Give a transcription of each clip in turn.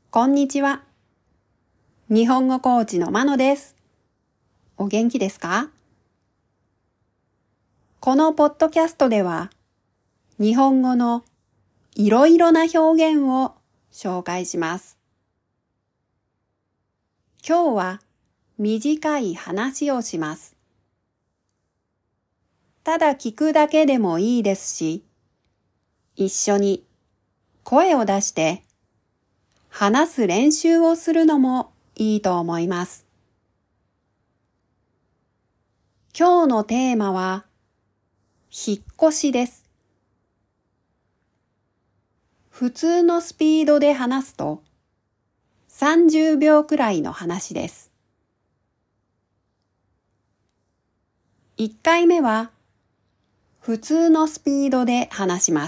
こんにちは。日本語コーチのまのです。お元気ですか？このポッドキャストでは、日本語のいろいろな表現を紹介します。今日は短い話をします。ただ聞くだけでもいいですし、一緒に声を出して話す練習をするのもいいと思います。今日のテーマは、引っ越しです。普通のスピードで話すと、30秒くらいの話です。1回目は、普通のスピードで話します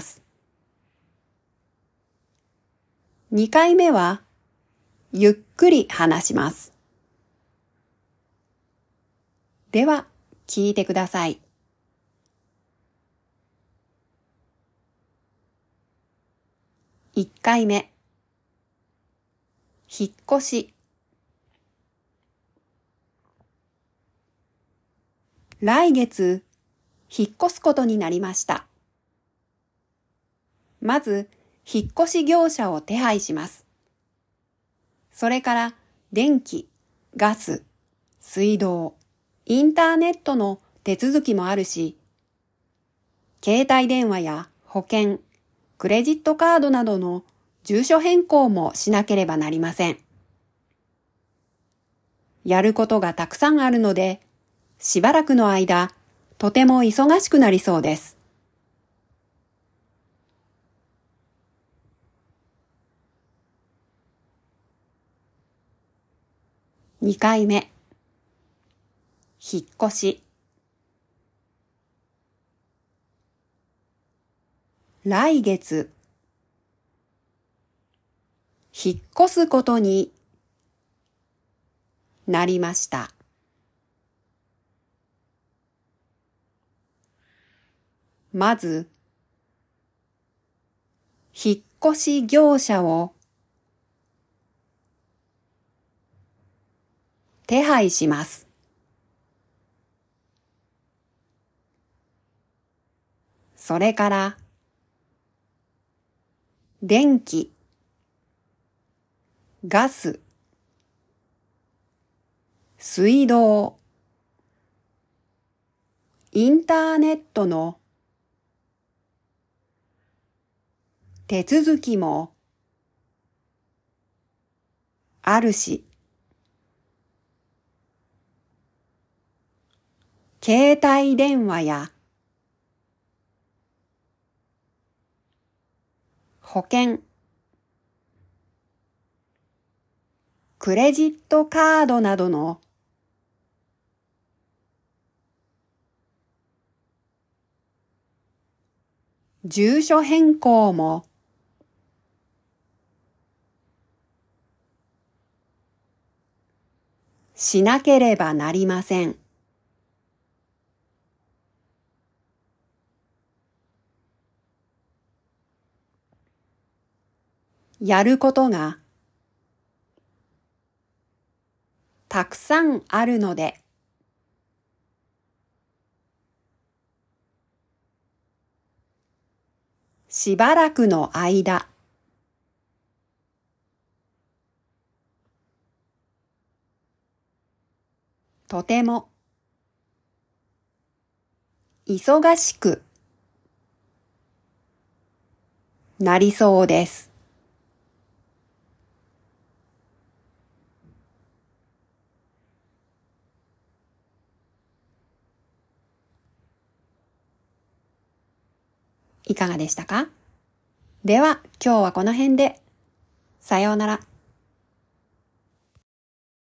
。2回目は、ゆっくり話します。では、聞いてください。1回目、引っ越し。来月、引っ越すことになりました。まず、引っ越し業者を手配します。それから、電気、ガス、水道、インターネットの手続きもあるし、携帯電話や保険、クレジットカードなどの住所変更もしなければなりません。やることがたくさんあるので、しばらくの間、とても忙しくなりそうです。2回目、引っ越し。来月、引っ越すことになりました。まず、引っ越し業者を手配します。それから、電気、ガス、水道、インターネットの手続きもあるし、携帯電話や保険、クレジットカードなどの住所変更もしなければなりません。やることがたくさんあるので、しばらくの間、とても忙しくなりそうです。いかがでしたか？では、今日はこの辺で。さようなら。